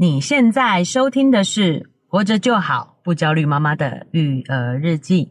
你现在收听的是《活着就好，不焦虑妈妈的育儿日记》。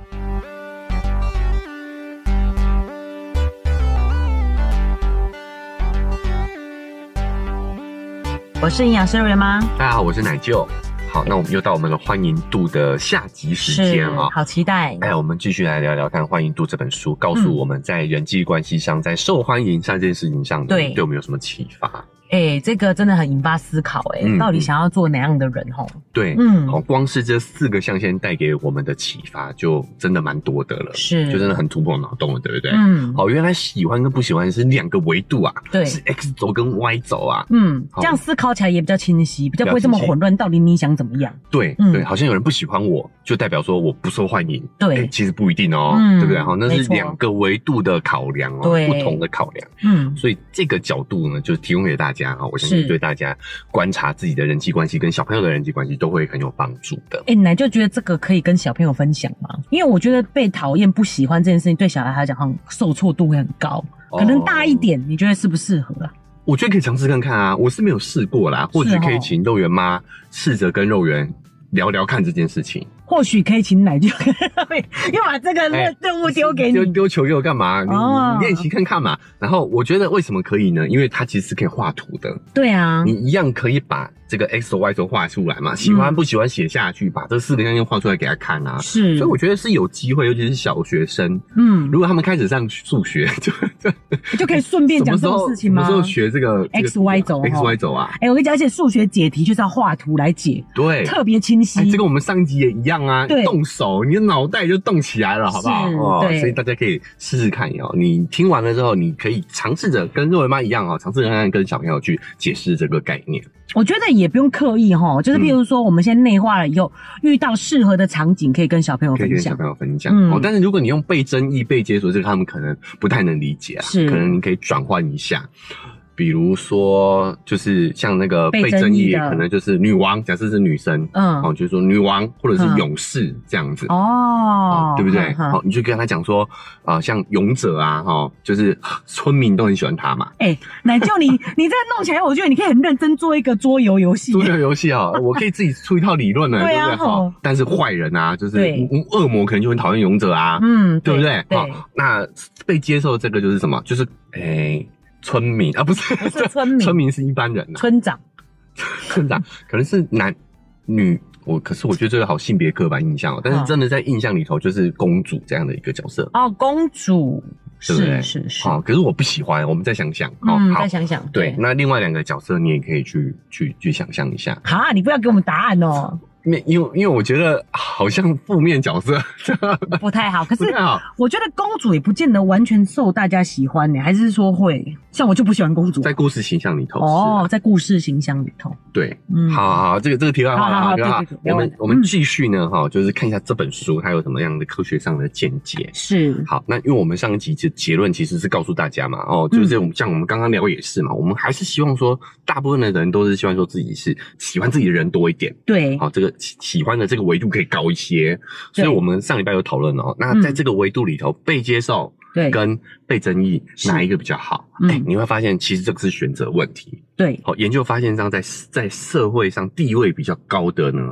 我是营养师肉圆妈， 大家好，我是奶舅。好，那我们又到我们的欢迎度的下集时间啊， 好期待！ 我们继续来聊聊看《欢迎度》这本书，告诉我们在人际关系上，在受欢迎上这件事情上，对我们有什么启发？ 这个真的很引发思考到底想要做哪样的人齁？ 对，光是这4个象限带给我们的启发就真的蛮多的了， 是， 就真的很突破脑洞了，对不对？好，原来喜欢跟不喜欢是2个维度啊， 对， 是 X 轴跟 Y 轴啊， 这样思考起来也比较清晰，比较不会这么混乱，到底你想怎么样？ 对，对，好像有人不喜欢我，就代表说我不受欢迎， 对， 其实不一定哦，对不对？好，那是2个维度的考量哦，不同的考量，所以这个角度呢，就提供给大家我相信对大家观察自己的人际关系跟小朋友的人际关系都会很有帮助的。 奶就觉得这个可以跟小朋友分享吗？因为我觉得被讨厌不喜欢这件事情对小孩来讲好像受挫度会很高，可能大一点你觉得适不适合啊？我觉得可以尝试看看啊，我是没有试过啦，或者可以请肉圆妈试着跟肉圆聊聊看这件事情。 或许可以请奶就又把这个任务丢给你， 丢球给我干嘛？你练习看看嘛。然后我觉得为什么可以呢？因为它其实是可以画图的。对啊，你一样可以把这个 X 轴 Y 轴画出来嘛，喜欢不喜欢写下去，把这4个象限画出来给他看啊。是，所以我觉得是有机会，尤其是小学生，如果他们开始上数学，就可以顺便讲这种事情吗？什么时候学这个 X Y 轴 ？X Y 轴啊？ 我跟你讲，而且数学解题就是要画图来解，对，特别清晰。 这跟我们上一集也一样啊，动手，你的脑袋就动起来了，好不好？对，所以大家可以试试看你听完了之后，你可以尝试着跟肉圆妈一样尝试着跟小朋友去解释这个概念。 我觉得也不用刻意就是譬如说我们先内化了以后，遇到适合的场景可以跟小朋友分享， 可以跟小朋友分享。但是如果你用被争议、被解锁，这个他们可能不太能理解啊，可能你可以转换一下。比如说，就是像那个被争议，可能就是女王，假设是女生，就是说女王或者是勇士这样子，对不对？你就跟他讲说，像勇者啊，就是村民都很喜欢他嘛。 奶舅，你这个弄起来，我觉得你可以很认真做一个桌游游戏。 桌游游戏我可以自己出一套理论呢，对不对？但是坏人啊，就是恶魔，可能就很讨厌勇者啊，对不对？那被接受这个就是什么？就是村民啊，不是村民，村民是一般人村长可能是男女，可是我觉得这个好性别刻板印象但是真的在印象里头就是公主这样的一个角色公主， 对不对？ 是可是我不喜欢，我们再想想再想想， 对，那另外2个角色你也可以去想象一下。 你不要给我们答案哦。 因为我觉得好像负面角色不太好，可是我觉得公主也不见得完全受大家喜欢还是说会，像我就不喜欢公主， 在故事形象里头在故事形象里头， 对，好，这个题外话好，我们继续呢就是看一下这本书它有什么样的科学上的见解。是，好，那因为我们上一集的结论其实是告诉大家嘛就是像我们刚刚聊也是嘛，我们还是希望说大部分的人都是希望说自己是喜欢自己的人多一点，对，这个喜欢的这个维度可以高一些，所以我们上礼拜有讨论那在这个维度里头，被接受跟被争议哪一个比较好？你会发现其实这个是选择问题。对，研究发现上在社会上地位比较高的呢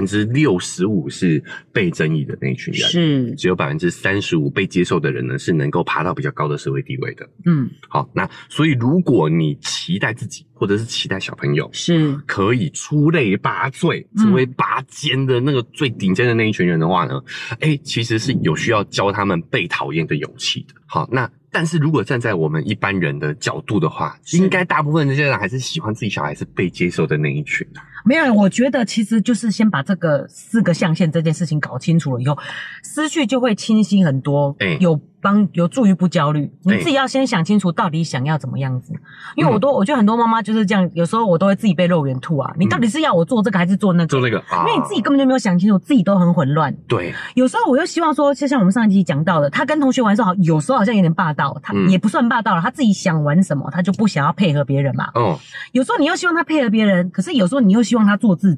，65%是被争议的那一群人，是只有35%被接受的人呢是能够爬到比较高的社会地位的。好，那所以如果你期待自己或者是期待小朋友是可以出类拔萃，成为拔尖的那个最顶尖的那一群人的话呢，其实是有需要教他们被讨厌的勇气的。好，那但是如果站在我们一般人的角度的话，应该大部分这些人还是喜欢自己小孩是被接受的那一群没有，我觉得其实就是先把这个4个象限这件事情搞清楚了以后，思绪就会清晰很多，有助于不焦虑。你自己要先想清楚到底想要怎么样子，因为我觉得很多妈妈就是这样，有时候我都会自己被肉圆吐你到底是要我做这个还是做那个？做那个因为你自己根本就没有想清楚，自己都很混乱。对，有时候我又希望说，就像我们上一集讲到的，他跟同学玩的时候，有时候好像有点霸道，他也不算霸道了，他自己想玩什么，他就不想要配合别人嘛。有时候你又希望他配合别人，可是有时候你又希望他做自己。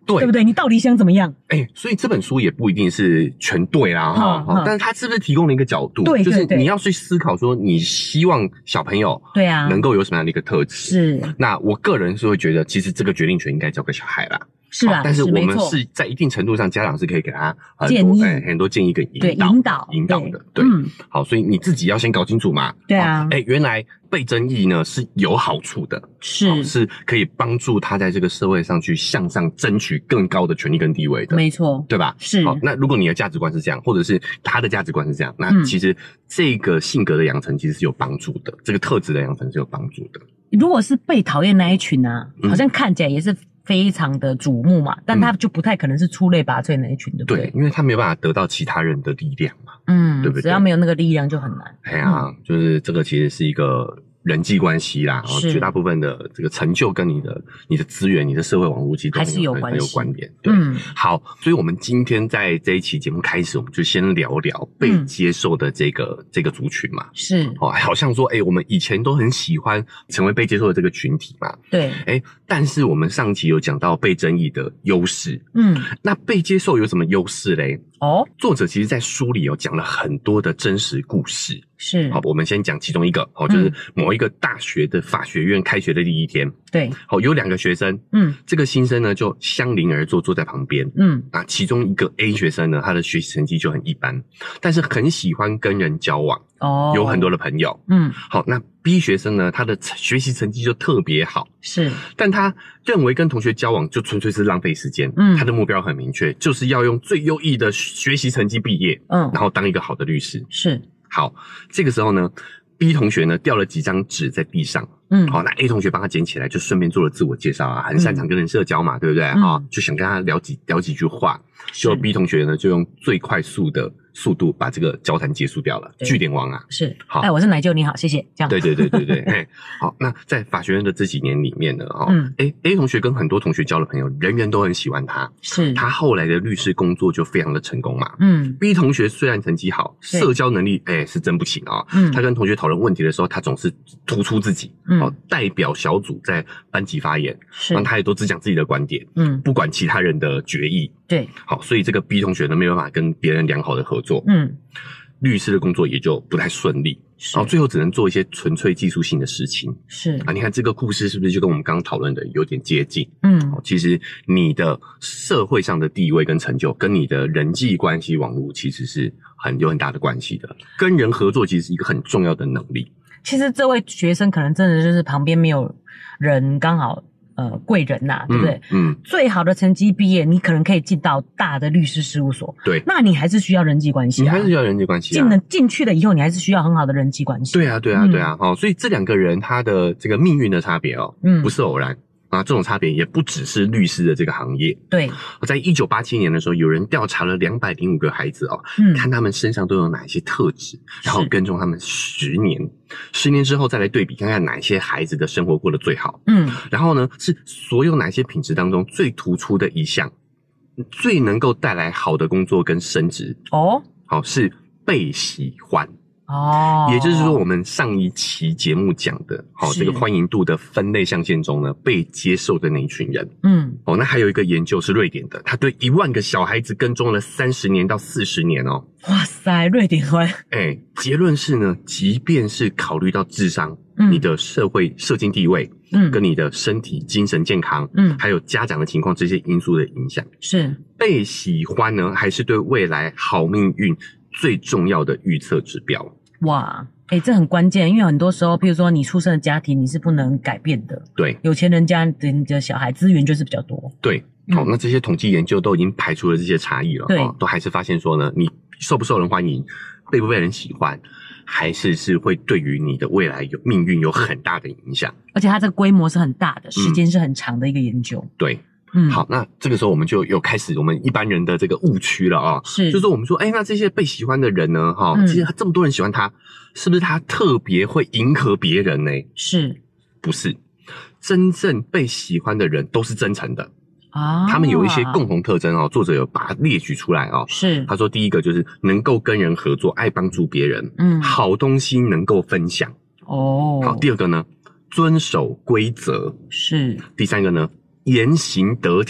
对不对？你到底想怎么样？ 所以这本书也不一定是全对啦哈，但是它是不是提供了一个角度？对，就是你要去思考说，你希望小朋友对啊能够有什么样的一个特质？是。那我个人是会觉得，其实这个决定权应该交给小孩啦。 是啊， 但是我们是在一定程度上，家长是可以给他很多建议跟引导的。对，好，所以你自己要先搞清楚嘛。对啊，原来被争议呢是有好处的，是可以帮助他在这个社会上去向上争取更高的权利跟地位的。没错，对吧？是。好，那如果你的价值观是这样，或者是他的价值观是这样，那其实这个性格的养成其实是有帮助的，这个特质的养成是有帮助的。如果是被讨厌那一群啊，好像看起来也是非常的瞩目嘛，但他就不太可能是出类拔萃那一群，对不对？对，因为他没有办法得到其他人的力量嘛，对不对？只要没有那个力量就很难。就是这个其实是一个人际关系啦，绝大部分的这个成就跟你的资源、你的社会网络其实都很有关联。对，好，所以我们今天在这一期节目开始，我们就先聊聊被接受的这个族群嘛。是，好像说，我们以前都很喜欢成为被接受的这个群体嘛。对，但是我们上期有讲到被争议的优势。那被接受有什么优势嘞？作者其实在书里有讲了很多的真实故事。是，好，我们先讲其中一个，就是某一个大学的法学院开学的第一天，对，好，有2个学生，这个新生呢就相邻而坐，坐在旁边，其中一个 A 学生呢，他的学习成绩就很一般，但是很喜欢跟人交往，有很多的朋友，好，那 B 学生呢，他的学习成绩就特别好，是，但他认为跟同学交往就纯粹是浪费时间，他的目标很明确，就是要用最优异的学习成绩毕业，然后当一个好的律师，是。好，这个时候呢 ，B 同学呢掉了几张纸在地上，好，那 A 同学帮他捡起来，就顺便做了自我介绍啊，很擅长跟人社交嘛，对不对啊？就想跟他聊几句话，就 B 同学呢就用最快速的速度把这个交谈结束掉了，句点王啊，是好，我是奶舅，你好，谢谢，这样，对，好，那在法学院的这几年里面呢，A 同学跟很多同学交了朋友，人人都很喜欢他，是他后来的律师工作就非常的成功嘛，B 同学虽然成绩好，社交能力是真不行啊，他跟同学讨论问题的时候，他总是突出自己，代表小组在班级发言，然后他也都只讲自己的观点，不管其他人的决议，对，好，所以这个 B 同学呢没有办法跟别人良好的合作，律师的工作也就不太顺利，然后最后只能做一些纯粹技术性的事情，是啊，你看这个故事是不是就跟我们刚刚讨论的有点接近？其实你的社会上的地位跟成就，跟你的人际关系网络其实是有很大的关系的，跟人合作其实是一个很重要的能力。其实这位学生可能真的就是旁边没有人刚好贵人呐，对不对？最好的成绩毕业，你可能可以进到大的律师事务所，对，那你还是需要人际关系，你还是需要人际关系，进去了以后，你还是需要很好的人际关系。对啊，所以这2个人他的这个命运的差别不是偶然。这种差别也不只是律师的这个行业。对，在1987年的时候，有人调查了205个孩子看他们身上都有哪一些特质，然后跟踪他们10年，10年之后再来对比，看看哪一些孩子的生活过得最好。然后呢，是所有哪些品质当中最突出的一项，最能够带来好的工作跟升职。好，是被喜欢。也就是说我们上一期节目讲的这个欢迎度的分类象限中呢，被接受的那一群人。那还有一个研究是瑞典的，他对1万个小孩子跟踪了30年到40年哦。哇塞，瑞典欢。结论是呢，即便是考虑到智商，你的社会社经地位，跟你的身体精神健康，还有家长的情况这些因素的影响，是被喜欢呢，还是对未来好命运最重要的预测指标？哇，这很关键，因为很多时候，譬如说你出生的家庭你是不能改变的，对，有钱人家的小孩资源就是比较多，对，好，那这些统计研究都已经排除了这些差异了，对，都还是发现说呢，你受不受人欢迎，被不被人喜欢，还是会对于你的未来命运有很大的影响，而且它这个规模是很大的，时间是很长的一个研究，对。好，那这个时候我们就有开始我们一般人的这个误区了啊，是，就是我们说，那这些被喜欢的人呢，其实这么多人喜欢他，是不是他特别会迎合别人呢？是，不是？真正被喜欢的人都是真诚的啊，他们有一些共同特征作者有把它列举出来是，他说第一个就是能够跟人合作，爱帮助别人，好东西能够分享，好，第二个呢，遵守规则，是，第三个呢，言行得体，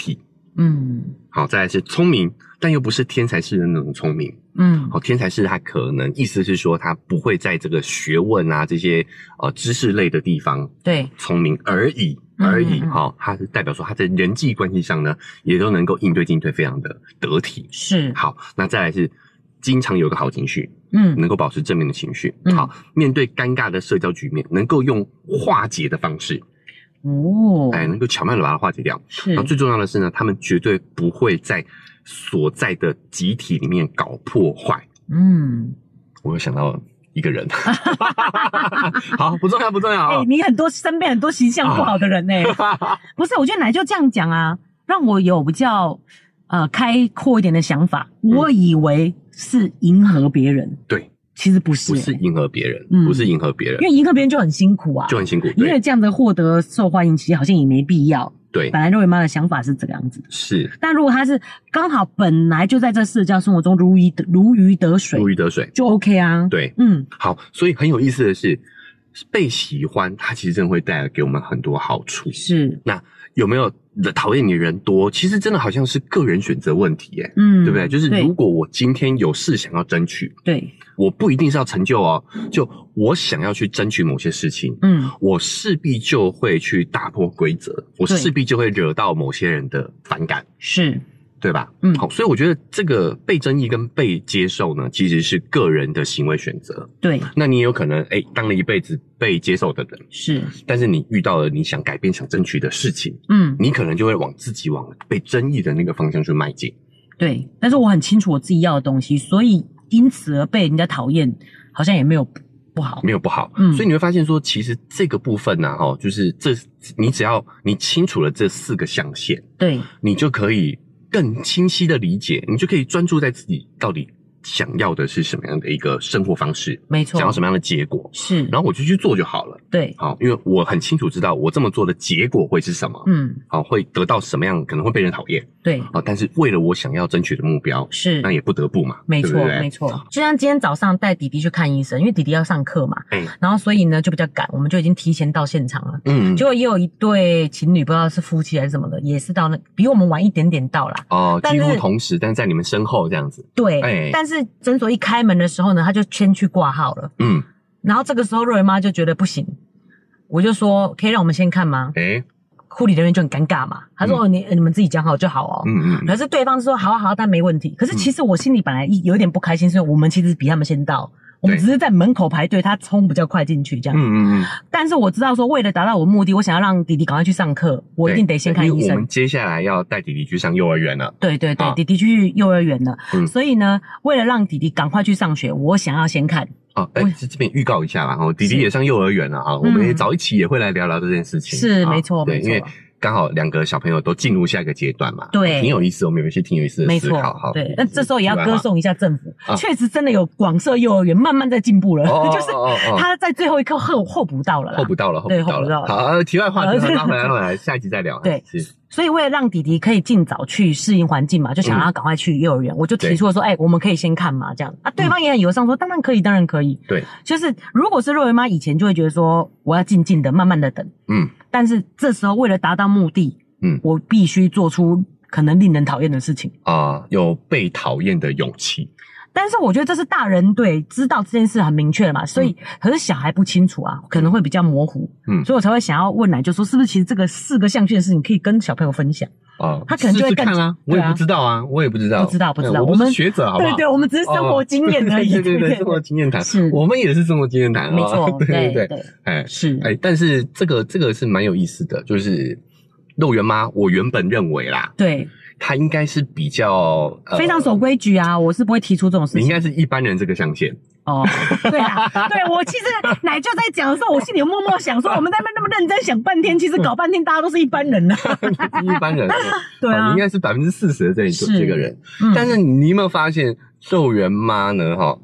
好，再来是聪明，但又不是天才式的那种聪明。好，天才式他可能意思是说他不会在这个学问啊这些知识类的地方聪明而已。好，他是代表说他在人际关系上呢也都能够应对进退非常的得体。是。好，那再来是经常有个好情绪，能够保持正面的情绪。好，面对尴尬的社交局面能够用化解的方式。能够巧妙的把它化解掉。是。然后最重要的是呢，他们绝对不会在所在的集体里面搞破坏。我有想到一个人。好，不重要。 你身边很多形象不好的人不是，我觉得奶就这样讲啊，让我有比较开阔一点的想法。我以为是迎合别人。对。其实不是迎合别人，不是迎合别人， 因为迎合别人就很辛苦啊，因为这样子获得受欢迎，其实好像也没必要。对，本来肉圆妈的想法是这个样子的，是。但如果他是刚好本来就在这社交生活中如鱼得水，就 OK 啊。对， 好，所以很有意思的是，被喜欢，它其实真的会带来给我们很多好处。是，那有没有讨厌你的人多？其实真的好像是个人选择问题耶，对不对？就是如果我今天有事想要争取，对，我不一定是要成就哦，就我想要去争取某些事情，我势必就会去打破规则，我势必就会惹到某些人的反感，是。对吧？好，所以我觉得这个被争议跟被接受呢，其实是个人的行为选择。对，那你也有可能当了一辈子被接受的人，是，但是你遇到了你想改变、想争取的事情，你可能就会往被争议的那个方向去迈进。对，但是我很清楚我自己要的东西，所以因此而被人家讨厌，好像也没有不好，没有不好。所以你会发现说，其实这个部分呢，就是你只要你清楚了这4个象限，对，你就可以更清晰的理解，你就可以专注在自己到底想要的是什么样的一个生活方式，没错，想要什么样的结果，是，然后我就去做就好了。对，好，因为我很清楚知道我这么做的结果会是什么，好，会得到什么样，可能会被人讨厌，对，但是为了我想要争取的目标，是，那也不得不嘛，没错，没错。就像今天早上带弟弟去看医生，因为弟弟要上课嘛，然后所以呢就比较赶，我们就已经提前到现场了，结果也有一对情侣，不知道是夫妻还是什么的，也是到比我们晚一点点到啦，几乎同时，但是在你们身后这样子，对，但是诊所一开门的时候呢，他就先去挂号了，然后这个时候肉圆妈就觉得不行，我就说可以让我们先看吗？护理人员就很尴尬嘛，他说你们自己讲好就好哦，可是对方说好啊，但没问题。可是其实我心里本来有点不开心，所以我们其实比他们先到，我们只是在门口排队，他冲比较快进去这样。但是我知道说为了达到我的目的，我想要让弟弟赶快去上课，我一定得先看医生。因为我们接下来要带弟弟去上幼儿园了。对，弟弟去幼儿园了，所以呢，为了让弟弟赶快去上学，我想要先看。这边预告一下啦，弟弟也上幼儿园了啊，我们也早一期也会来聊聊这件事情。是，没错，对，因为刚好2个小朋友都进入下一个阶段嘛，对，挺有意思，我们有一些挺有意思的思考。好，对，那这时候也要歌颂一下政府，确实真的有广设幼儿园，慢慢在进步了，就是他在最后一刻候补到了，候补到了。好，题外话，拉回来，下一集再聊。对，所以为了让弟弟可以尽早去适应环境嘛，就想让他赶快去幼儿园，我就提出了说，我们可以先看嘛，这样啊，对方也很友善说，当然可以，当然可以。对，就是如果是肉圆妈以前就会觉得说，我要静静的、慢慢的等，但是这时候为了达到目的，我必须做出可能令人讨厌的事情啊，有被讨厌的勇气。但是我觉得这是大人对知道这件事很明确嘛，所以可是小孩不清楚啊，可能会比较模糊，所以我才会想要问奶，就说是不是其实这个4个象限的事情可以跟小朋友分享啊？他可能就会更看啊，我也不知道啊，不知道，我们学者好不好？对，我们只是生活经验而已，对，生活经验谈，是，我们也是生活经验谈，没错，对，是，但是这个是蛮有意思的，就是肉圆妈，我原本认为啦，对。他应该是比较非常守规矩啊，我是不会提出这种事情。你应该是一般人这个象限哦，对啊，对我其实奶就在讲的时候，我心里有默默想说，我们在那么认真想半天，其实搞半天大家都是一般人啊，一般人，对啊，你应该是40%的这个人，但是你有没有发现肉圆妈呢？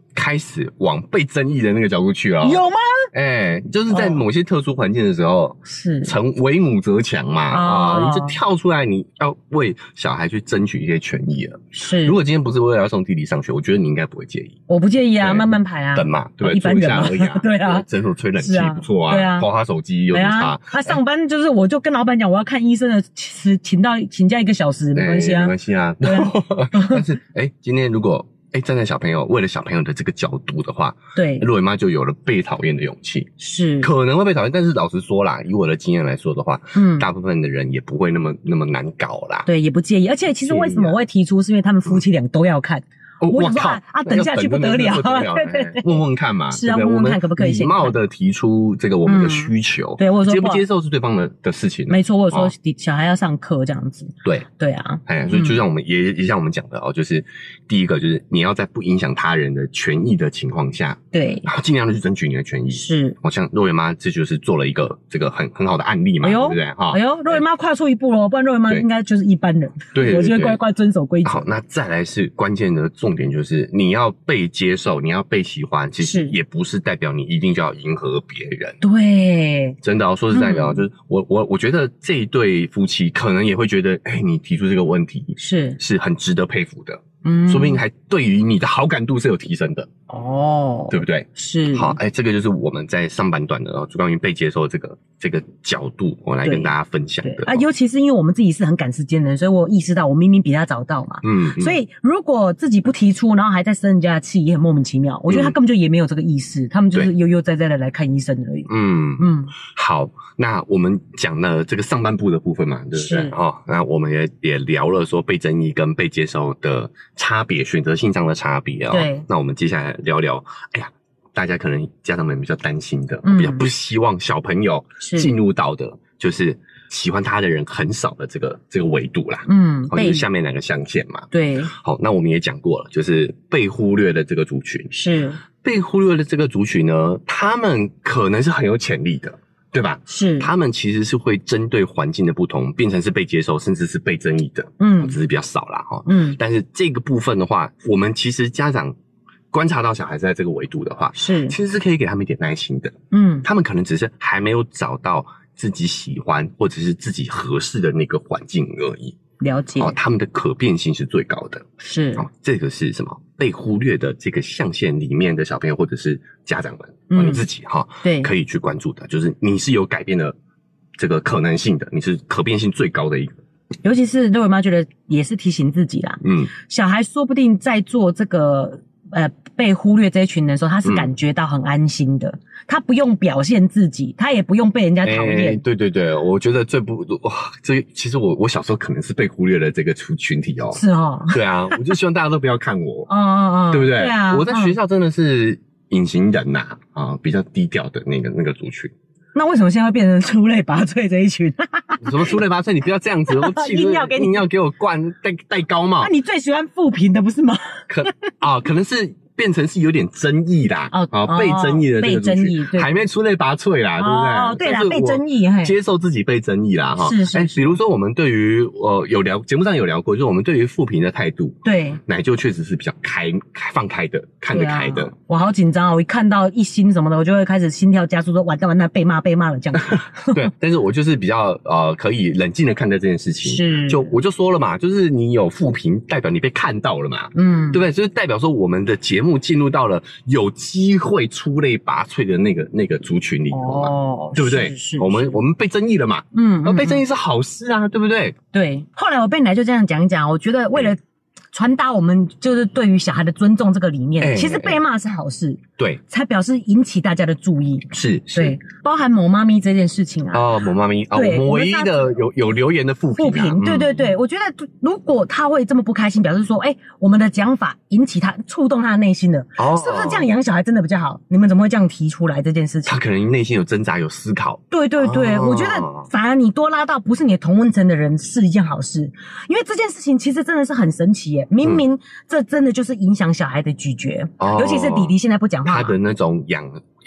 开始往被争议的那个角度去了。 有吗？ 就是在某些特殊环境的时候，是成为母则强嘛，你就跳出来，你要为小孩去争取一些权益了。是，如果今天不是为了要送弟弟上学，我觉得你应该不会介意。 我不介意啊，慢慢排啊， 等嘛，对不对？ 一般人嘛， 而已啊， 对啊， 诊所吹冷气不错啊，对啊，滑手机有点差。 他上班就是我就跟老板讲，我要看医生的，请假1个小时没关系啊， 没关系啊。对啊，但是今天如果站在小朋友为了小朋友的这个角度的话，对，若伟妈就有了被讨厌的勇气，是可能会被讨厌，但是老实说啦，以我的经验来说的话，大部分的人也不会那么难搞啦，对，也不介意。而且其实为什么我会提出，是因为他们夫妻俩都要看。我想说等下去不得了，对，问问看嘛，是啊，问问看可不可以礼貌的提出这个我们的需求，对，我说接不接受是对方的事情，没错，我说小孩要上课这样子，对啊，所以就像我们也像我们讲的就是第一个就是你要在不影响他人的权益的情况下，对，然后尽量的去争取你的权益，是，像若伟妈这就是做了一个这个很好的案例嘛，对不对？若伟妈跨出一步咯，不然若伟妈应该就是一般人，对，我就会乖乖遵守规则。好，那再来是关键的重点就是你要被接受，你要被喜欢，其实也不是代表你一定就要迎合别人。对，真的说实在的就是我觉得这一对夫妻可能也会觉得，你提出这个问题是很值得佩服的。说不定还对于你的好感度是有提升的对不对？是。好，这个就是我们在上半段的关于被接受的这个角度，我来跟大家分享的尤其是因为我们自己是很赶时间的人，所以我意识到我明明比他早到嘛，所以如果自己不提出，然后还在生人家的气，也很莫名其妙。我觉得他根本就也没有这个意识，他们就是悠悠哉哉的来看医生而已。好，那我们讲了这个上半部的部分嘛，对不对？那我们也聊了说被争议跟被接受的差别，选择性上的差别对，那我们接下来聊聊，大家可能家长们比较担心的，比较不希望小朋友进入到的，就是喜欢他的人很少的这个维度啦。就是下面两个象限嘛。对。好，那我们也讲过了，就是被忽略的这个族群，是被忽略的这个族群呢，他们可能是很有潜力的。对吧？是，他们其实是会针对环境的不同，变成是被接受，甚至是被争议的。只是比较少啦但是这个部分的话，我们其实家长观察到小孩在这个维度的话，其实是可以给他们一点耐心的。他们可能只是还没有找到自己喜欢或者是自己合适的那个环境而已。了解。他们的可变性是最高的。是。这个是什么？被忽略的这个象限里面的小朋友或者是家长们，你自己对，可以去关注的，就是你是有改变的这个可能性的，你是可变性最高的一个。尤其是瑞文妈觉得也是提醒自己啦，小孩说不定在做这个被忽略这一群人的时候，他是感觉到很安心的，他不用表现自己，他也不用被人家讨厌。对对对，我觉得这其实我小时候可能是被忽略了这个群体是对啊，我就希望大家都不要看我对不对？对啊，我在学校真的是隐形人比较低调的那个族群。那为什么现在会变成出类拔萃这一群？什么出类拔萃？你不要这样子，我硬要给我灌戴高帽。那你最喜欢负评的不是吗？可能是变成是有点争议啦，被争议的这个族群，还没出类拔萃啦，对不对？对啦，被争议，接受自己被争议啦，是。比如说我们对于节目上有聊过，就是我们对于负评的态度，对，奶就确实是比较放开的，看得开的。我好紧张我一看到一星什么的，我就会开始心跳加速，说完蛋，被骂了这样子。对，但是我就是比较可以冷静的看待这件事情。是，我就说了嘛，就是你有负评，代表你被看到了嘛，对不对？就是代表说我们的节目进入到了有机会出类拔萃的那个族群里头嘛，对不对？是，我们被争议了嘛，被争议是好事啊，对不对？对。后来我被奶就这样讲一讲，我觉得为了传达我们就是对于小孩的尊重这个理念，其实被骂是好事，对，才表示引起大家的注意，是，对，包含某妈咪这件事情某妈咪，对，我唯一的有留言的负评，对对对，我觉得如果他会这么不开心，表示说，我们的讲法引起他触动他的内心了，是不是这样养小孩真的比较好？你们怎么会这样提出来这件事情？他可能内心有挣扎，有思考，对对对，我觉得反而你多拉到不是你的同温层的人是一件好事，因为这件事情其实真的是很神奇耶。明明这真的就是影响小孩的咀嚼，尤其是弟弟现在不讲话，他的那种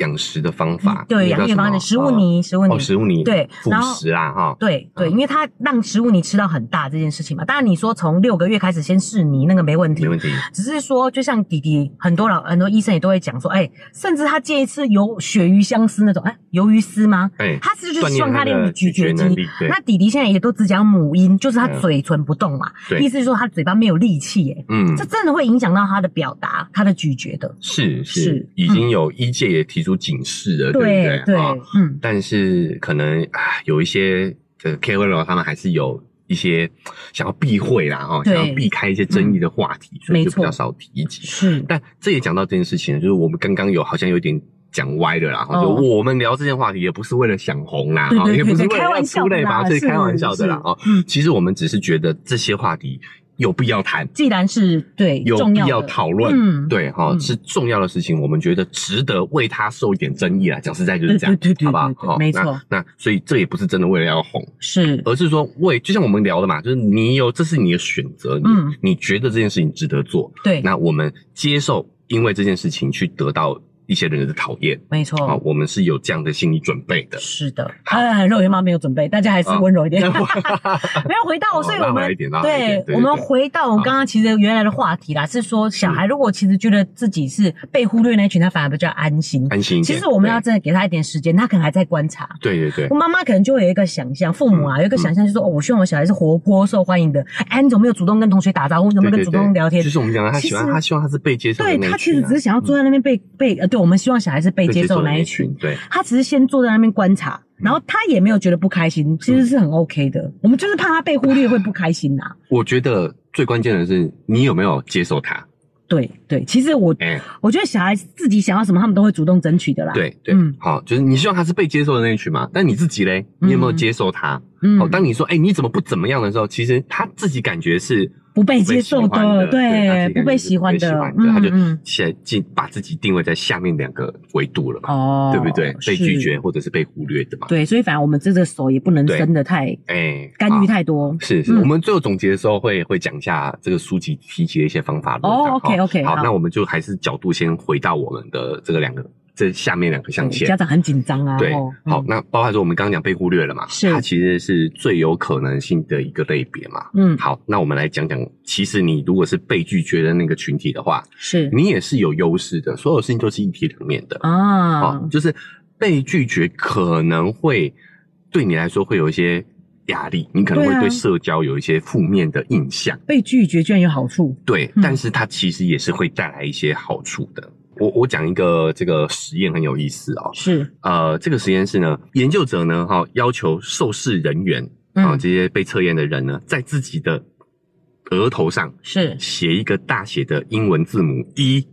养食的方法， 对，养育方法，食物泥，食物泥，对， 辅食啦，哈， 对，因为它让食物泥吃到很大这件事情嘛。当然你说从6个月开始先试泥，那个没问题，只是说就像弟弟，很多医生也都会讲说，甚至他建议吃有鳕鱼香丝那种，鱿鱼丝吗？他是就是希望他练咀嚼肌。那弟弟现在也都只讲母音，就是他嘴唇不动嘛，意思是说他嘴巴没有力气耶，这真的会影响到他的表达，他的咀嚼的。是， 已经有医界也提出警示了，对不对？但是可能有一些KOL 他们还是有一些想要避讳啦，想要避开一些争议的话题，所以就比较少提及。 是， 但这也讲到这件事情，就是我们刚刚好像有点讲歪了啦，就我们聊这件话题也不是为了想红啦，也不是为了要出类拔萃，开玩笑的啦。其实我们只是觉得这些话题有必要谈， 既然是对有必要讨论，对是重要的事情，我们觉得值得为它受一点争议啦。讲实在就是这样，好不好？ 没错。 那所以这也不是真的为了要红， 是， 而是说就像我们聊的嘛，就是这是你的选择，你觉得这件事情值得做， 对， 那我们接受，因为这件事情去得到一些人的讨厌， 没错， 我们是有这样的心理准备的。 是的，肉圆妈没有准备，大家还是温柔一点。没有回到，所以我们对，我们回到我们刚刚其实原来的话题啦，是说小孩如果其实觉得自己是被忽略那一群，他反而比较安心。其实我们要真的给他一点时间，他可能还在观察。 对， 我妈妈可能就会有一个想象，父母有一个想象，就是说我希望我小孩是活泼受欢迎的。你怎么没有主动跟同学打招呼？你怎么没有跟主动聊天？ 就是我们讲的，他希望他是被接受的那一群。 对，他其实只是想要坐在那边对，我们希望小孩是被接受的那一群。 对， 他只是先坐在那边观察，然后他也没有觉得不开心，其实是很 OK 的。我们就是怕他被忽略会不开心呐。 我觉得最关键的是你有没有接受他。 对，其实我觉得小孩自己想要什么，他们都会主动争取的啦。 对，好，就是你希望他是被接受的那一群嘛，但你自己嘞，你有没有接受他？当你说你怎么不怎么样的时候，其实他自己感觉是不被接受的，对，不被喜欢的， 他就现在把自己定位在下面2个维度了嘛，对不对？被拒绝或者是被忽略的嘛。 对，所以反正我们这个手也不能伸得太干预太多。 是，我们最后总结的时候会讲一下这个书籍提及的一些方法论。 OK， 好，那我们就还是角度先回到我们的这下面2个象限。 家长很紧张啊。 对，好，那包含说我们刚刚讲被忽略了嘛，它其实是最有可能性的一个类别嘛。好，那我们来讲讲，其实你如果是被拒绝的那个群体的话，你也是有优势的，所有事情都是一体两面的就是被拒绝可能会对你来说会有一些压力，你可能会对社交有一些负面的印象。 被拒绝居然有好处， 对，但是它其实也是会带来一些好处的。我讲一个这个实验很有意思这个实验室呢，研究者呢要求受试人员这些被测验的人呢，在自己的额头上写一个大写的英文字母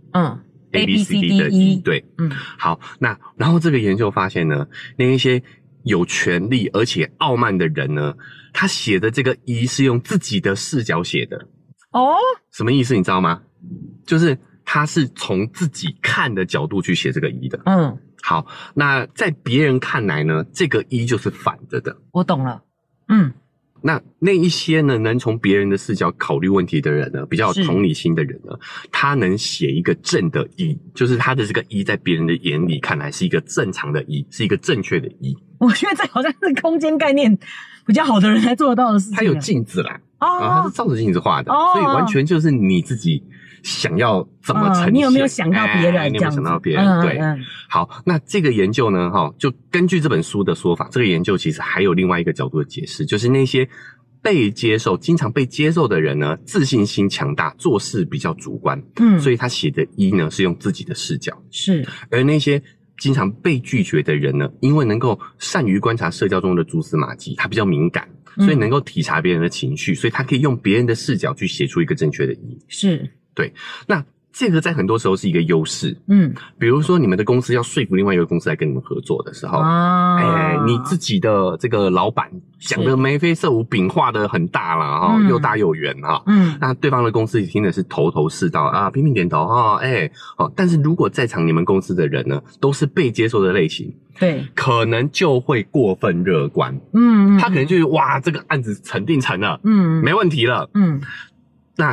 A B C D 的 E， 对，好，那然后这个研究发现呢，那一些有权利而且傲慢的人呢，他写的这个 E 是用自己的视角写的。什么意思你知道吗？就是他是从自己看的角度去写这个 E 的。好，那在别人看来呢，这个 E 就是反着的。 我懂了。 那一些呢，能从别人的视角考虑问题的人呢，比较有同理心的人呢，他能写一个正的 E， 就是他的这个 E 在别人的眼里看来是一个正常的 E， 是一个正确的 E。 我觉得这好像是空间概念比较好的人才做得到的事情。 他有镜子啦，他是照着镜子画的，所以完全就是你自己想要怎么呈现。 你有没有想到别人？ 你有没有想到别人？对，好，那这个研究呢，就根据这本书的说法，这个研究其实还有另外一个角度的解释，就是那些经常被接受的人呢，自信心强大，做事比较主观，所以他写的 E 呢是用自己的视角，而那些经常被拒绝的人呢，因为能够善于观察社交中的蛛丝马迹，他比较敏感，所以能够体察别人的情绪，所以他可以用别人的视角去写出一个正确的 E。对，那这个在很多时候是一个优势。比如说你们的公司要说服另外一个公司来跟你们合作的时候，你自己的这个老板讲的眉飞色舞，饼画的很大啦，又大又圆那对方的公司听的是头头是道啊，频频点头但是如果在场你们公司的人呢，都是被接受的类型， 对， 可能就会过分乐观。他可能就是哇，这个案子成了，没问题了。那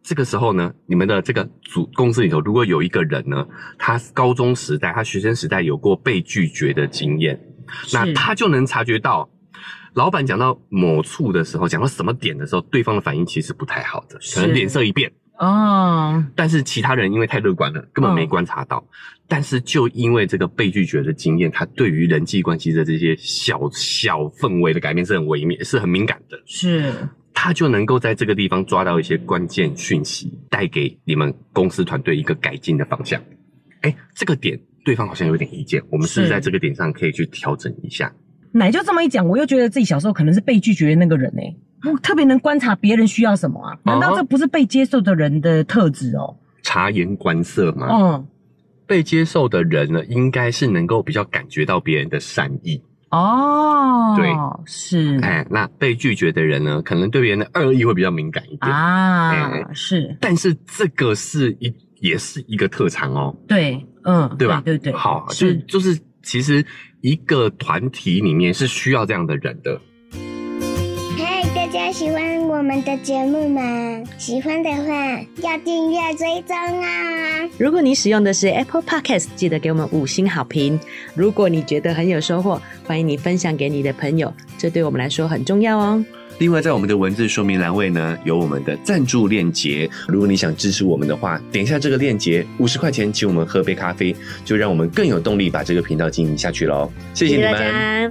这个时候呢，你们的这个公司里头，如果有一个人呢，他高中时代、他学生时代有过被拒绝的经验，那他就能察觉到，老板讲到某处的时候，讲到什么点的时候，对方的反应其实不太好的，可能脸色一变。但是其他人因为太乐观了，根本没观察到。但是就因为这个被拒绝的经验，他对于人际关系的这些小氛围的改变是很微妙，是很敏感的。是，他就能够在这个地方抓到一些关键讯息，带给你们公司团队一个改进的方向。这个点对方好像有点意见，我们是不是在这个点上可以去调整一下？ 奶就这么一讲，我又觉得自己小时候可能是被拒绝的那个人我特别能观察别人需要什么啊？难道这不是被接受的人的特质察言观色吗？被接受的人呢，应该是能够比较感觉到别人的善意。对， 是。 那被拒绝的人呢，可能对别人的恶意会比较敏感一点是。 但是这个也是一个特长对， 对吧？ 对， 好，就是其实一个团体里面是需要这样的人的。 大家喜欢我们的节目吗？喜欢的话要订阅追踪啊！ 如果你使用的是 Apple Podcast， 记得给我们5星好评。如果你觉得很有收获，欢迎你分享给你的朋友，这对我们来说很重要哦。 另外在我们的文字说明栏位呢，有我们的赞助链接，如果你想支持我们的话，点一下这个链接，50块钱请我们喝杯咖啡，就让我们更有动力把这个频道经营下去咯。谢谢你们。 谢谢大家。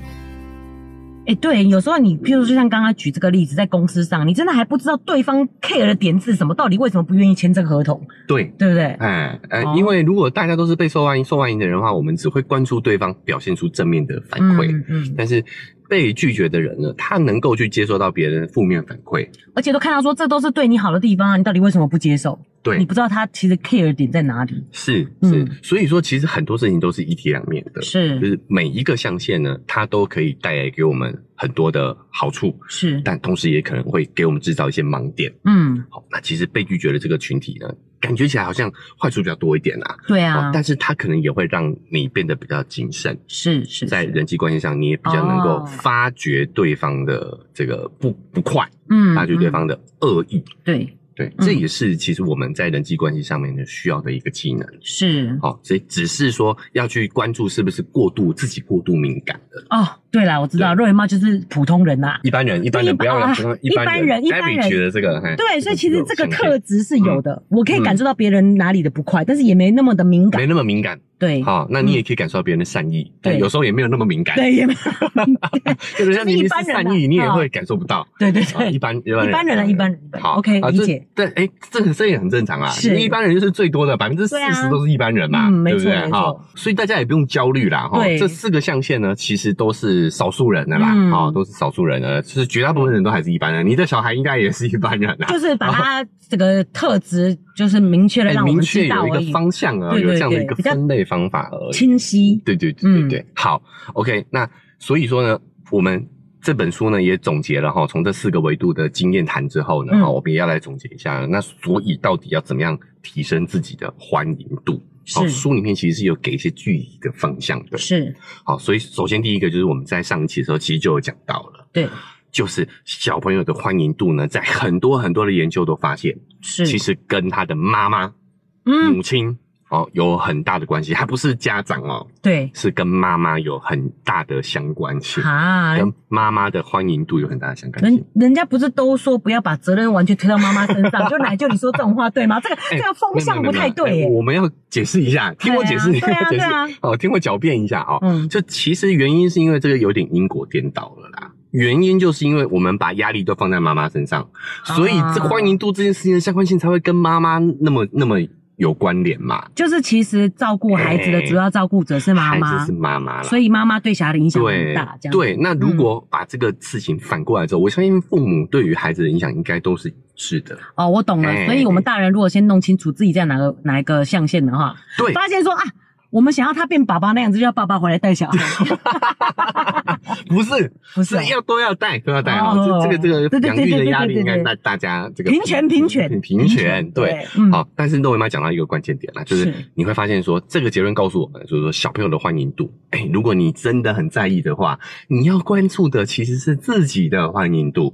对，有时候你譬如说像刚刚举这个例子，在公司上，你真的还不知道对方 care 的点是什么，到底为什么不愿意签这个合同？对不对？ 因为如果大家都是被受欢迎的人的话，我们只会关注对方表现出正面的反馈，但是被拒绝的人呢，他能够去接受到别人的负面反馈， 而且都看到说这都是对你好的地方啊，你到底为什么不接受？ 对， 你不知道他其实 care 的点在哪里。 是，所以说其实很多事情都是一体两面的，就是每一个象限呢，它都可以带来给我们很多的好处，但同时也可能会给我们制造一些盲点。好，那其实被拒绝的这个群体呢，感觉起来好像坏处比较多一点啊。 对啊， 但是它可能也会让你变得比较谨慎。 是， 在人际关系上，你也比较能够发觉对方的这个不快，发觉对方的恶意。对，这也是其实我们在人际关系上面呢需要的一个技能。所以只是说要去关注是不是自己过度敏感的。 对啦，我知道，肉圆妈就是普通人呐， 一般人不要一般人觉得这个对，所以其实这个特质是有的，我可以感受到别人哪里的不快，但是也没那么的敏感， 没那么敏感。 对， 好，那你也可以感受到别人的善意，对，有时候也没有那么敏感， 对，也没有敏感， 有的像你是善意，你也会感受不到， 对， 一般人，好 ，OK， 理解， 这也很正常啊，一般人就是最多的40%都是一般人嘛，对不对？哈，所以大家也不用焦虑啦，哈，这4个象限呢，其实都是少数人的啦，都是少数人的，就是绝大部分人都还是一般人，你的小孩应该也是一般人啦， 就是把他这个特质就是明确的让我们知道而已， 有一个方向啊，有这样的一个分类方法而已， 清晰， 对，好 ，OK， 那所以说呢，我们这本书呢也总结了哈，从这4个维度的经验谈之后呢，我们也要来总结一下，那所以到底要怎么样提升自己的欢迎度？书里面其实是有给一些具体的方向的，好，所以首先第一个就是我们在上一期的时候其实就有讲到了， 对， 就是小朋友的欢迎度呢，在很多的研究都发现，其实跟他的妈妈、母亲有很大的关系，还不是家长对， 是跟妈妈有很大的相关性跟妈妈的欢迎度有很大的相关性。 人家不是都说不要把责任完全推到妈妈身上，就你说这种话对吗？这个风向不太对耶。 我们要解释一下，听我解释，听我狡辩一下就其实原因是因为这个有点因果颠倒了啦。原因就是因为我们把压力都放在妈妈身上，所以这欢迎度这件事情的相关性才会跟妈妈那么有关联嘛， 就是其实照顾孩子的主要照顾者是妈妈， 孩子是妈妈啦， 所以妈妈对小孩的影响很大。这样对，那如果把这个事情反过来之后，我相信父母对于孩子的影响应该都是一致的。 我懂了。所以我们大人如果先弄清楚自己在哪一个象限的话， 对， 发现说我们想要他变爸爸那样子，就要爸爸回来带小孩。 不是都要带这个养育的压力应该大家这个平权， 对，好。但是肉圆妈讲到一个关键点啦，就是你会发现说，这个结论告诉我们，就是说小朋友的欢迎度，如果你真的很在意的话，你要关注的其实是自己的欢迎度。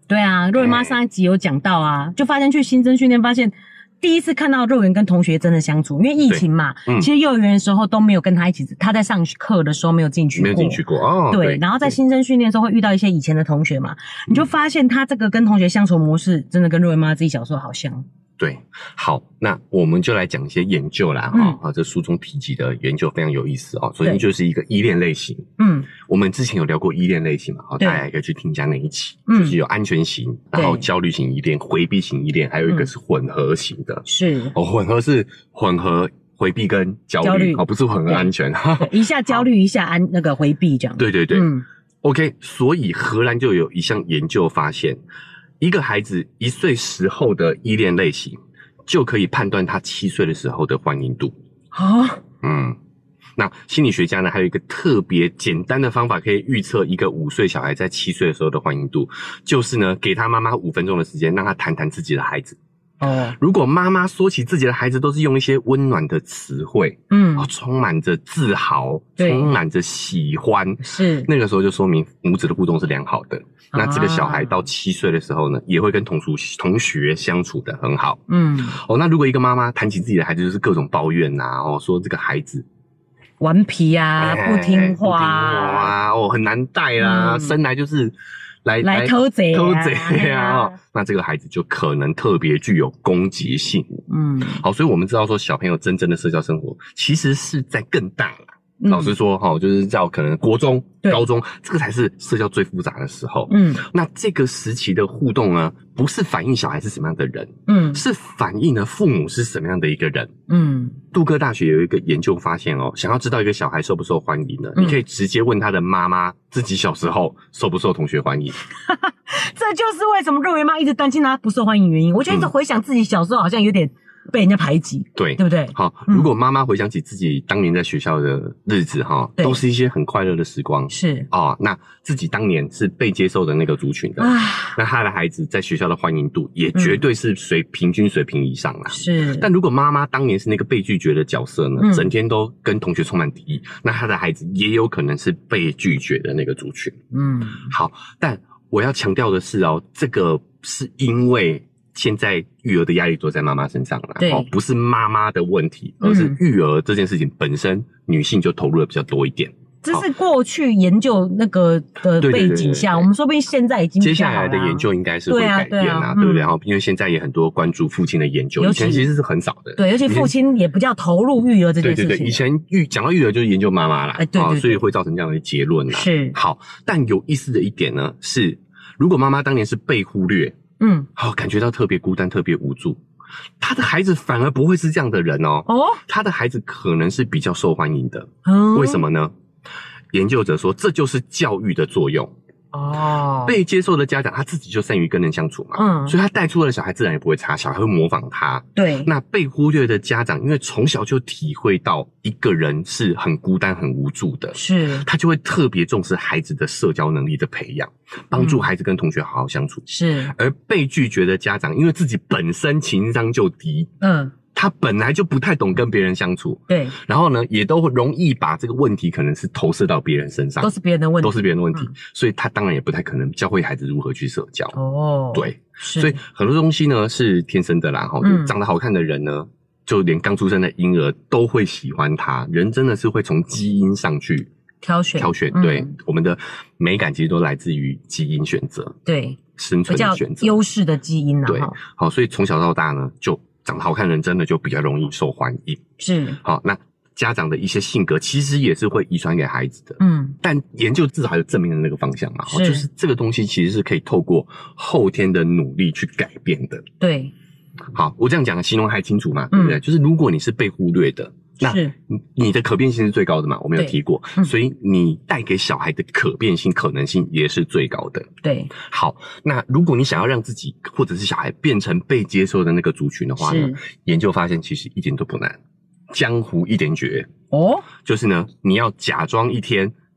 对啊，肉圆妈上一集有讲到啊，就发现去新生训练，发现第一次看到肉圆跟同学真的相处，因为疫情嘛，其实幼儿园的时候都没有跟他一起，他在上课的时候没有进去过哦。 对，然后在新生训练的时候会遇到一些以前的同学嘛，你就发现他这个跟同学相处模式真的跟肉圆妈自己小时候好像。 对，好，那我们就来讲一些研究啦，这书中提及的研究非常有意思哦。首先就是一个依恋类型，我们之前有聊过依恋类型嘛，大家也可以去听一下那一期，就是有安全型，然后焦虑型依恋、回避型依恋，还有一个是混合型的， 是混合是混合回避跟焦虑，不是混合安全， 一下焦虑一下那个回避这样， 对对对，OK， 所以荷兰就有一项研究发现。一个孩子1岁时候的依恋类型，就可以判断他7岁的时候的欢迎度。那心理学家呢，还有一个特别简单的方法，可以预测一个5岁小孩在7岁的时候的欢迎度，就是呢，给他妈妈5分钟的时间，让他谈谈自己的孩子。如果妈妈说起自己的孩子都是用一些温暖的词汇，充满着自豪，充满着喜欢， 是那个时候就说明母子的互动是良好的。那这个小孩到7岁的时候呢，也会跟同学相处得很好。那如果一个妈妈谈起自己的孩子就是各种抱怨啊，说这个孩子顽皮啊，不听话啊， 很难带啦，生来就是来偷贼啊，那这个孩子就可能特别具有攻击性。好，所以我们知道说小朋友真正的社交生活其实是在更大了。老实说就是叫可能国中、高中，这个才是社交最复杂的时候。那这个时期的互动呢，不是反映小孩是什么样的人，是反映了父母是什么样的一个人。杜克大学有一个研究发现想要知道一个小孩受不受欢迎呢，你可以直接问他的妈妈自己小时候受不受同学欢迎。 这就是为什么肉圆妈一直担心他不受欢迎原因。我就一直回想自己小时候好像有点被人家排挤，对不对？ 好，如果妈妈回想起自己当年在学校的日子都是一些很快乐的时光， 是那自己当年是被接受的那个族群的，那他的孩子在学校的欢迎度也绝对是平均水平以上啦。 是， 但如果妈妈当年是那个被拒绝的角色呢，整天都跟同学充满敌意，那他的孩子也有可能是被拒绝的那个族群。好，但我要强调的是这个是因为现在育儿的压力都在妈妈身上了，不是妈妈的问题，而是育儿这件事情本身，女性就投入的比较多一点。 这是过去研究那个的背景下，我们说不定现在已经接下来的研究应该是会改变对不对？因为现在也很多关注父亲的研究，以前其实是很少的。 对，尤其父亲也比较投入育儿这件事情。 对，以前讲到育儿就是研究妈妈啦，所以会造成这样的结论啦。 是好，但有意思的一点呢是，如果妈妈当年是被忽略，感觉到特别孤单、特别无助，他的孩子反而不会是这样的人他的孩子可能是比较受欢迎的。为什么呢？研究者说，这就是教育的作用。被接受的家长他自己就善于跟人相处嘛，所以他带出来的小孩自然也不会差，小孩会模仿他。 对， 那被忽略的家长，因为从小就体会到一个人是很孤单、很无助的， 是， 他就会特别重视孩子的社交能力的培养，帮助孩子跟同学好好相处。 是， 而被拒绝的家长，因为自己本身情商就低，他本来就不太懂跟别人相处， 对， 然后呢，也都容易把这个问题可能是投射到别人身上， 都是别人的问题， 所以他当然也不太可能教会孩子如何去社交。对， 是， 所以很多东西呢是天生的啦，就长得好看的人呢，就连刚出生的婴儿都会喜欢他。人真的是会从基因上去挑选，对，我们的美感其实都来自于基因选择， 对， 生存的选择， 优势的基因对，好，所以从小到大呢，就长得好看的人真的就比较容易受欢迎。 是， 好，那家长的一些性格其实也是会遗传给孩子的。但研究至少有正面的那个方向嘛，就是这个东西其实是可以透过后天的努力去改变的。 对， 好，我这样讲形容还清楚嘛，对不对？就是如果你是被忽略的，那你的可变性是最高的嘛，我们有提过，所以你带给小孩的可变性可能性也是最高的。 对， 好，那如果你想要让自己或者是小孩变成被接受的那个族群的话呢，研究发现其实一点都不难，江湖一点诀就是呢，你要假装一天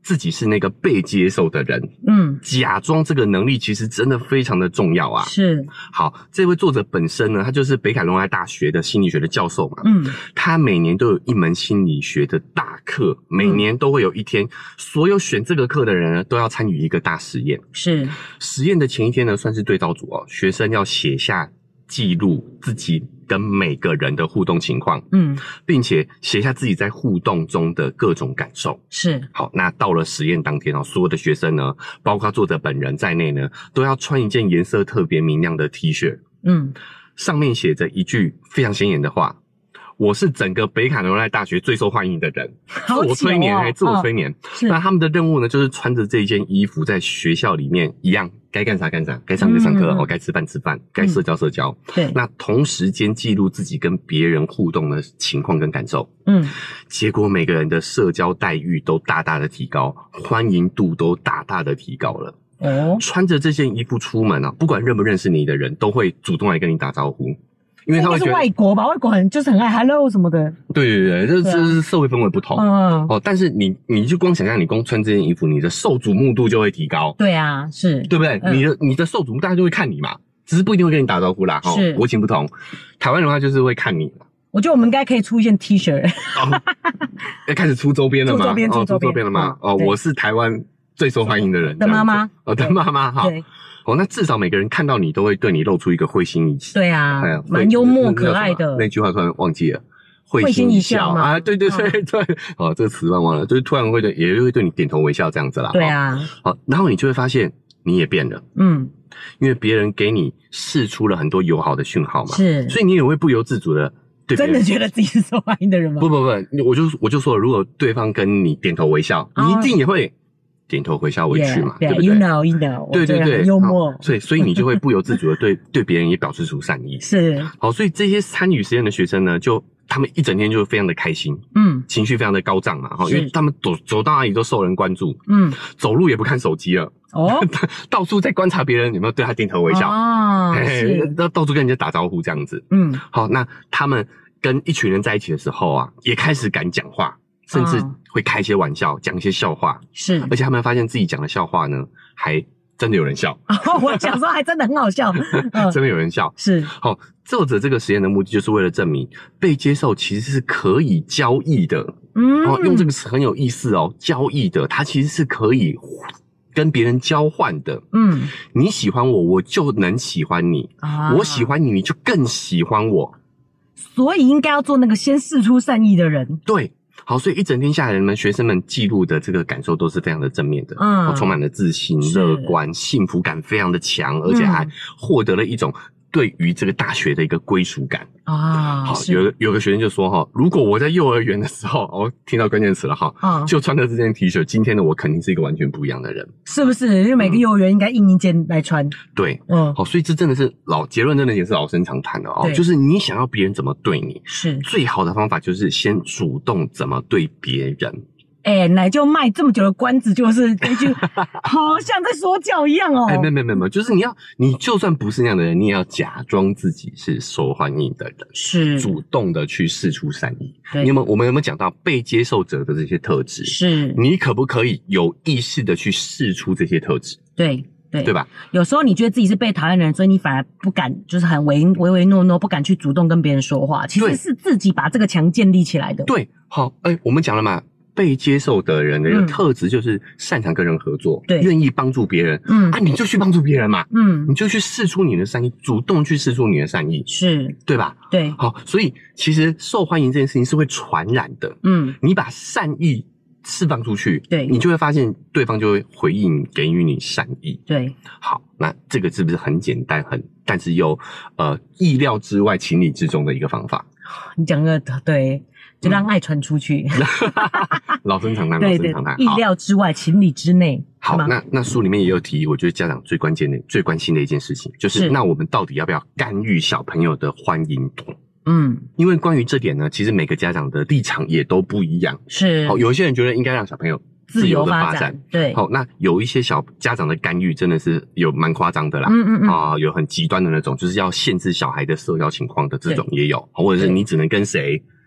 自己是那个被接受的人，假装这个能力其实真的非常的重要啊。 是， 好，这位作者本身呢，他就是北卡罗来纳大学的心理学的教授嘛，他每年都有一门心理学的大课，每年都会有一天，所有选这个课的人呢，都要参与一个大实验。 是， 实验的前一天呢，算是对照组学生要写下记录自己跟每个人的互动情况，并且写下自己在互动中的各种感受。 是， 好，那到了实验当天所有的学生呢，包括作者本人在内呢，都要穿一件颜色特别明亮的 T 恤，上面写着一句非常显眼的话：我是整个北卡罗来纳大学最受欢迎的人。自我催眠，自我催眠。那他们的任务呢，就是穿着这件衣服在学校里面一样，该干啥干啥，该上课上课，该吃饭吃饭，该社交社交。 对。 那同时间记录自己跟别人互动的情况跟感受。结果每个人的社交待遇都大大的提高，欢迎度都大大的提高了。穿着这件衣服出门不管认不认识你的人，都会主动来跟你打招呼。因为他会觉得是外国吧，外国人就是很爱 hello 什么的。 对，这是社会氛围不同。但是你就光想象你光穿这件衣服，你的受瞩目度就会提高。 对啊，是， 对不对？你的受瞩目大家就会看你嘛，只是不一定会跟你打招呼啦。是，国情不同。台湾的话就是会看你。 我觉得我们应该可以出一件 T 恤。 要开始出周边了吗？ 出周边了吗？ 我是台湾最受欢迎的人的妈妈。 的妈妈哈。对。那至少每个人看到你都会对你露出一个会心一笑。 对啊，蛮幽默可爱的。 那句话突然忘记了，会心一笑啊！对，这个词忘了，就是突然也会对你点头微笑这样子啦。 对啊， 然后你就会发现你也变了，因为别人给你释出了很多友好的讯号嘛， 是， 所以你也会不由自主的对别人。 真的觉得自己是受欢迎的人吗？ 不，我就说了，如果对方跟你点头微笑，你一定也会点头回笑回去嘛，对不对 ？You know， 对， 幽默， 所以你就会不由自主的对别人也表示出善意。 是， 好，所以这些参与实验的学生呢，他们一整天就非常的开心，情绪非常的高涨嘛，因为他们走到哪里都受人关注，走路也不看手机了，到处在观察别人有没有对他点头微笑，到处跟人家打招呼这样子，好，那他们跟一群人在一起的时候也开始敢讲话。甚至会开一些玩笑，讲一些笑话， 是， 而且他们发现自己讲的笑话呢，还真的有人笑。 我想说，还真的很好笑， 真的有人笑。 是， 好，作者这个实验的目的就是为了证明被接受其实是可以交易的。用这个词很有意思交易的，它其实是可以跟别人交换的。你喜欢我，我就能喜欢你；我喜欢你，你就更喜欢我。 所以应该要做那个先释出善意的人。 对。好，所以一整天下来，学生们记录的这个感受都是非常的正面的，充满了自信、乐观、幸福感非常的强，而且还获得了一种对于这个大学的一个归属感啊。好，有个学生就说如果我在幼儿园的时候，听到关键词了就穿着这件 T 恤，今天的我肯定是一个完全不一样的人， 是不是？因为每个幼儿园应该印一件来穿。 对，好，所以这真的是结论，真的也是老生常谈的就是你想要别人怎么对你，是最好的方法，就是先主动怎么对别人。 奶就卖这么久的关子，就是一句好像在说教一样没，就是你就算不是那样的人，你也要假装自己是受欢迎的人， 是主动的去释出善意。我们有没有讲到被接受者的这些特质？是，你可不可以有意识的去释出这些特质？ 对吧？ 有时候你觉得自己是被讨厌的人，所以你反而不敢，就是很唯唯诺诺，不敢去主动跟别人说话。其实是自己把这个墙建立起来的。 对，好，我们讲了嘛。被接受的人的一个特质就是擅长跟人合作，愿意帮助别人，你就去帮助别人嘛，你就去释出你的善意，主动去释出你的善意，是对吧？ 对， 好，所以其实受欢迎这件事情是会传染的，你把善意释放出去，对，你就会发现对方就会回应给予你善意， 对， 好，那这个是不是很简单，但是又意料之外、情理之中的一个方法？ 你讲的对。就让爱传出去， 老生常谈， 对，意料之外，情理之内。 好，那书里面也有提，我觉得家长最关心的一件事情，就是那我们到底要不要干预小朋友的欢迎度？因为关于这点呢，其实每个家长的立场也都不一样。是，好，有一些人觉得应该让小朋友自由的发展，对，好，那有一些小家长的干预真的是有蛮夸张的啦，有很极端的那种，就是要限制小孩的社交情况的这种也有，或者是你只能跟谁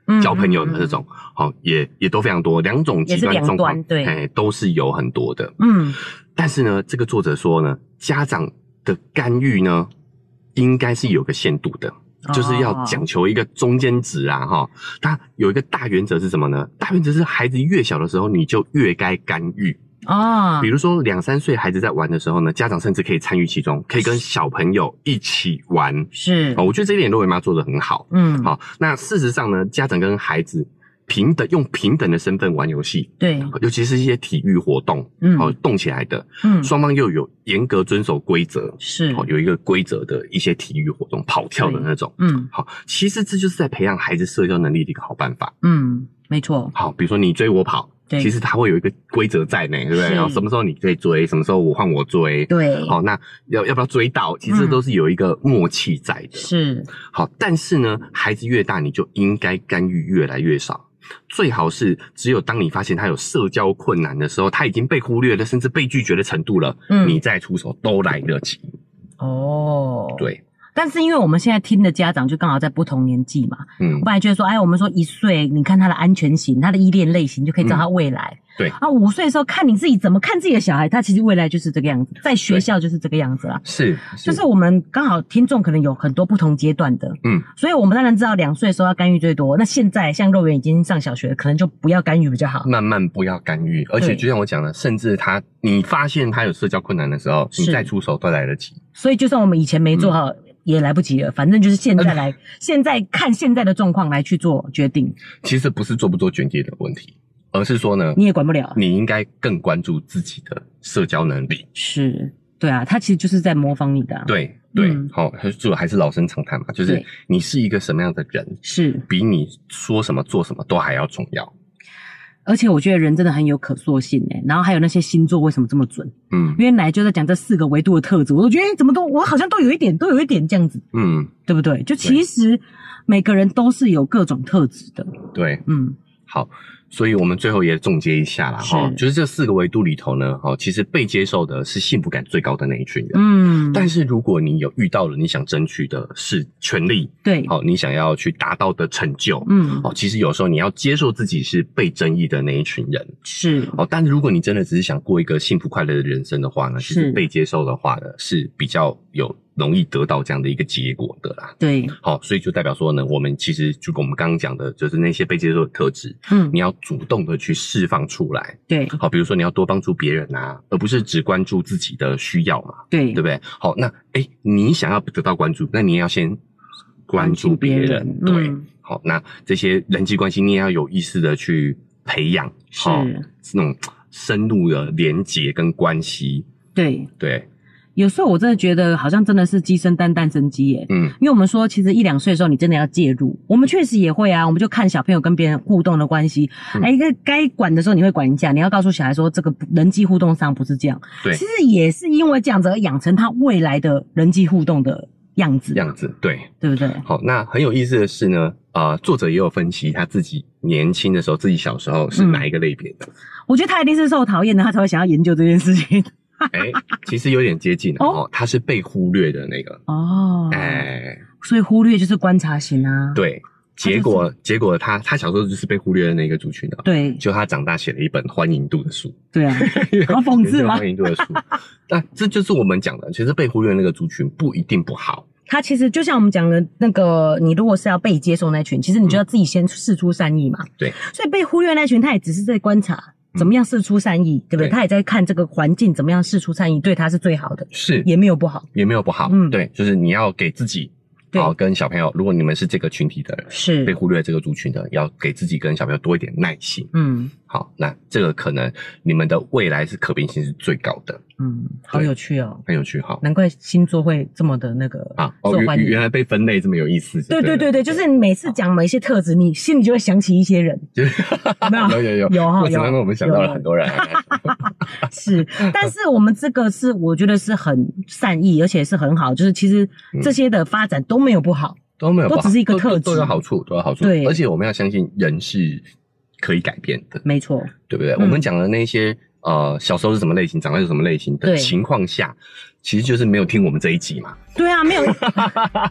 交朋友的这种，也都非常多，两种极端状况，对，都是有很多的。但是呢，这个作者说呢，家长的干预呢，应该是有个限度的。就是要讲求一个中间值啊，它有一个大原则是什么呢？大原则是孩子越小的时候，你就越该干预比如说2、3岁孩子在玩的时候呢，家长甚至可以参与其中，可以跟小朋友一起玩。是，我觉得这一点肉圆妈做得很好。好，那事实上呢，家长跟孩子用平等的身份玩游戏，对，尤其是一些体育活动，动起来的，双方又有严格遵守规则，是，有一个规则的一些体育活动，跑跳的那种，好，其实这就是在培养孩子社交能力的一个好办法， 没错。 好，比如说你追我跑，其实它会有一个规则在内，对不对？然后什么时候你可以追，什么时候我换我追，对，好，那要不要追到，其实都是有一个默契在的，是，好，但是呢，孩子越大，你就应该干预越来越少。最好是只有当你发现他有社交困难的时候，他已经被忽略了，甚至被拒绝的程度了，你再出手都来得及。对。 但是因为我们现在听的家长就刚好在不同年纪嘛，我本来觉得说，我们说1岁，你看他的安全型，他的依恋类型就可以知道他未来。对，5岁的时候看你自己怎么看自己的小孩，他其实未来就是这个样子，在学校就是这个样子啦。是，就是我们刚好听众可能有很多不同阶段的，所以我们当然知道2岁的时候要干预最多。那现在像肉圆已经上小学了，可能就不要干预比较好， 慢慢不要干预。而且就像我讲的，甚至你发现他有社交困难的时候，你再出手都来得及。 所以就算我们以前没做好，也来不及了，反正就是现在看现在的状况来去做决定。 其实不是做不做决定的问题，而是说呢， 你也管不了， 你应该更关注自己的社交能力。 是，对啊，他其实就是在模仿你的。 对，好，还是老生常谈嘛，就是你是一个什么样的人，是比你说什么做什么都还要重要。 而且我觉得人真的很有可塑性然后还有那些星座为什么这么准？原来就在讲这4个维度的特质，我都觉得怎么我好像都有一点这样子，对不对？就其实每个人都是有各种特质的。 对，好。所以我们最后也总结一下啦，就是这4个维度里头呢，其实被接受的是幸福感最高的那一群人。但是如果你有遇到了你想争取的是权利，对，你想要去达到的成就，其实有时候你要接受自己是被争议的那一群人。是，但是如果你真的只是想过一个幸福快乐的人生的话呢，其实被接受的话呢，是比较容易得到这样的一个结果的啦。对，好，所以就代表说呢，我们其实就跟我们刚刚讲的，就是那些被接受的特质，你要主动的去释放出来。对，好，比如说你要多帮助别人啊，而不是只关注自己的需要嘛。对，对不对？好，那你想要得到关注，那你也要先关注别人。对，好，那这些人际关系你也要有意识的去培养，是那种深入的连结跟关系。对对。 有时候我真的觉得好像真的是鸡生蛋，蛋生鸡耶。因为我们说其实1、2岁的时候你真的要介入，我们确实也会啊，我们就看小朋友跟别人互动的关系，该管的时候你会管一下，你要告诉小孩说这个人际互动上不是这样。对，其实也是因为这样子而养成他未来的人际互动的样子， 对， 对不对？ 好，那很有意思的是呢，作者也有分析他自己年轻的时候，自己小时候是哪一个类别的。 我觉得他一定是受讨厌的，他才会想要研究这件事情。 其实有点接近他是被忽略的那个所以忽略就是观察型啊。 对，结果他小时候就是被忽略的那个族群的。对，就他长大写了一本欢迎度的书。 对啊，好讽刺吗？ 欢迎度的书，那这就是我们讲的，其实被忽略的那个族群不一定不好。 他其实就像我们讲的那个，你如果是要被接受那群，其实你就要自己先释出善意嘛。对，所以被忽略那群，他也只是在观察。怎么样释出善意，对不对？他也在看这个环境怎么样释出善意，对他是最好的，是也没有不好， 对，就是你要给自己，跟小朋友，如果你们是这个群体的人，是被忽略这个族群的，要给自己跟小朋友多一点耐心。好，那这个可能你们的未来是可变性是最高的。 好有趣哦， 很有趣哈， 难怪星座会这么的那个受欢迎。 原来被分类这么有意思。 对，就是你每次讲某一些特质，你心里就会想起一些人。有， 为什么我们想到了很多人？ 是，但是我们这个是我觉得是很善意，而且是很好，就是其实这些的发展都没有不好，都只是一个特质， 都有好处。对，而且我们要相信人是可以改变的， 没错， 对不对？我们讲的那些小时候是什么类型，长大是什么类型的情况下，其实就是没有听我们这一集嘛。 对啊，没有。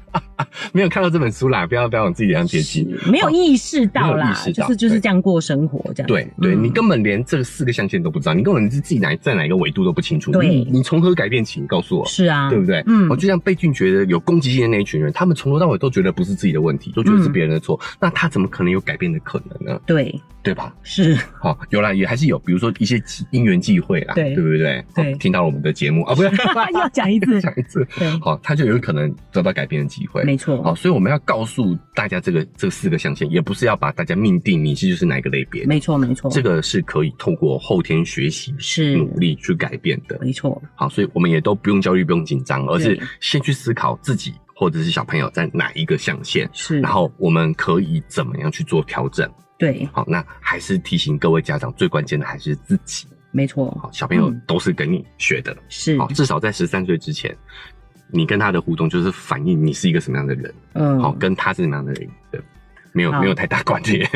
没有看到这本书啦，不要往自己脸上贴金， 没有意识到啦，就是这样过生活这样。 对，你根本连这4个象限都不知道，你根本自己在哪一个维度都不清楚。对，你从何改变起？你告诉我。是啊，对不对？就像被俊觉得有攻击性的那一群人，他们从头到尾都觉得不是自己的问题，都觉得是别人的错，那他怎么可能有改变的可能呢？对吧？是。好，有啦，也还是有，比如说一些因缘际会啦，对不对？对，听到了我们的节目啊，不是要讲一次， 好，他就有可能得到改变的机会。没错。好，所以我们要告诉大家这4个象限，也不是要把大家命定你就是哪一个类别。没错，这个是可以透过后天学习努力去改变的。没错。好，所以我们也都不用焦虑，不用紧张，而是先去思考自己或者是小朋友在哪一个象限，然后我们可以怎么样去做调整。对，好，那还是提醒各位家长，最关键的还是自己。没错，好，小朋友都是跟你学的，是，好，至少在13岁之前，你跟他的互动就是反映你是一个什么样的人，好，跟他是什么样的人，没有太大关联。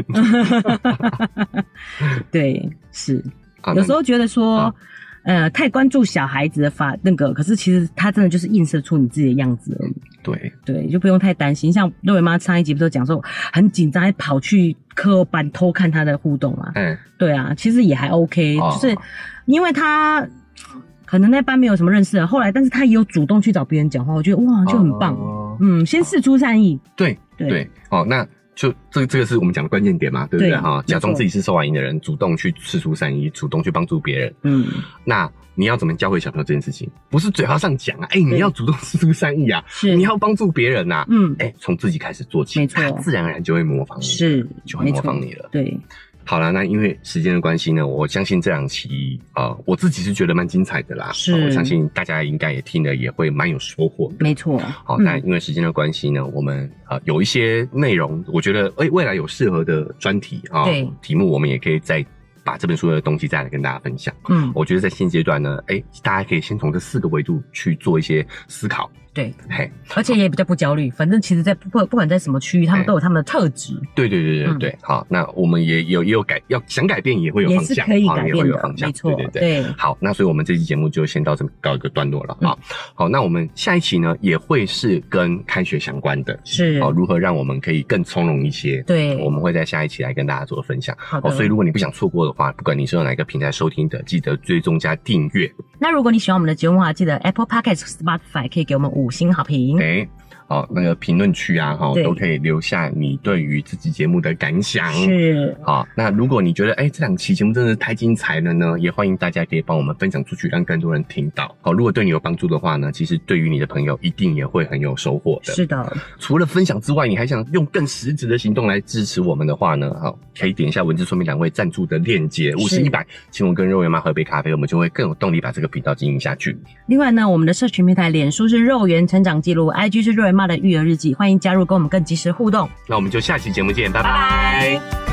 对，是，有时候觉得说。太关注小孩子的可是其实他真的就是映射出你自己的样子而已。对，就不用太担心。像肉圆妈上一集不是讲说很紧张，还跑去课后班偷看他的互动嘛？对啊，其实也还 OK，就是因为他可能那班没有什么认识的，后来但是他也有主动去找别人讲话，我觉得哇就很棒。先释出善意。对，好，那。就这个是我们讲的关键点嘛，对不对哈？假装自己是受欢迎的人，主动去释出善意，主动去帮助别人。那你要怎么教会小朋友这件事情？不是嘴巴上讲啊，你要主动释出善意啊，你要帮助别人啊，从自己开始做起，没错，他自然而然就会模仿你，就会模仿你了。对。好啦，那因为时间的关系呢，我相信这2期我自己是觉得蛮精彩的啦。是，我相信大家应该也听了也会蛮有收获的。没错。好，那因为时间的关系呢，我们有一些内容，我觉得未来有适合的专题题目，我们也可以再把这本书的东西再来跟大家分享。我觉得在现阶段呢，大家可以先从这4个维度去做一些思考。对，而且也比较不焦虑。反正其实在不管在什么区域，他们都有他们的特质。对。好，那我们也有想改变，也会有方向，也是可以改变的，没错。对。好，那所以我们这期节目就先到这告一个段落了啊。好，那我们下一期呢也会是跟开学相关的，是如何让我们可以更从容一些。对，我们会在下一期来跟大家做分享。好的。所以如果你不想错过的话，不管你是用哪个平台收听的，记得追踪加订阅。那如果你喜欢我们的节目的话，记得 Apple Podcast、Spotify 可以给我们5星好评。好，那个评论区啊，都可以留下你对于自己节目的感想。是，好，那如果你觉得这2期节目真的太精彩了呢，也欢迎大家可以帮我们分享出去，让更多人听到。好，如果对你有帮助的话呢，其实对于你的朋友一定也会很有收获的。是的，除了分享之外，你还想用更实质的行动来支持我们的话呢，可以点一下文字说明栏位赞助的链接，50、100，请我跟肉圆妈喝杯咖啡，我们就会更有动力把这个频道经营下去。另外呢，我们的社群平台，脸书是肉圆成长记录 ，IG 是肉圆妈的育儿日记，欢迎加入，跟我们更及时互动。那我们就下期节目见，拜拜。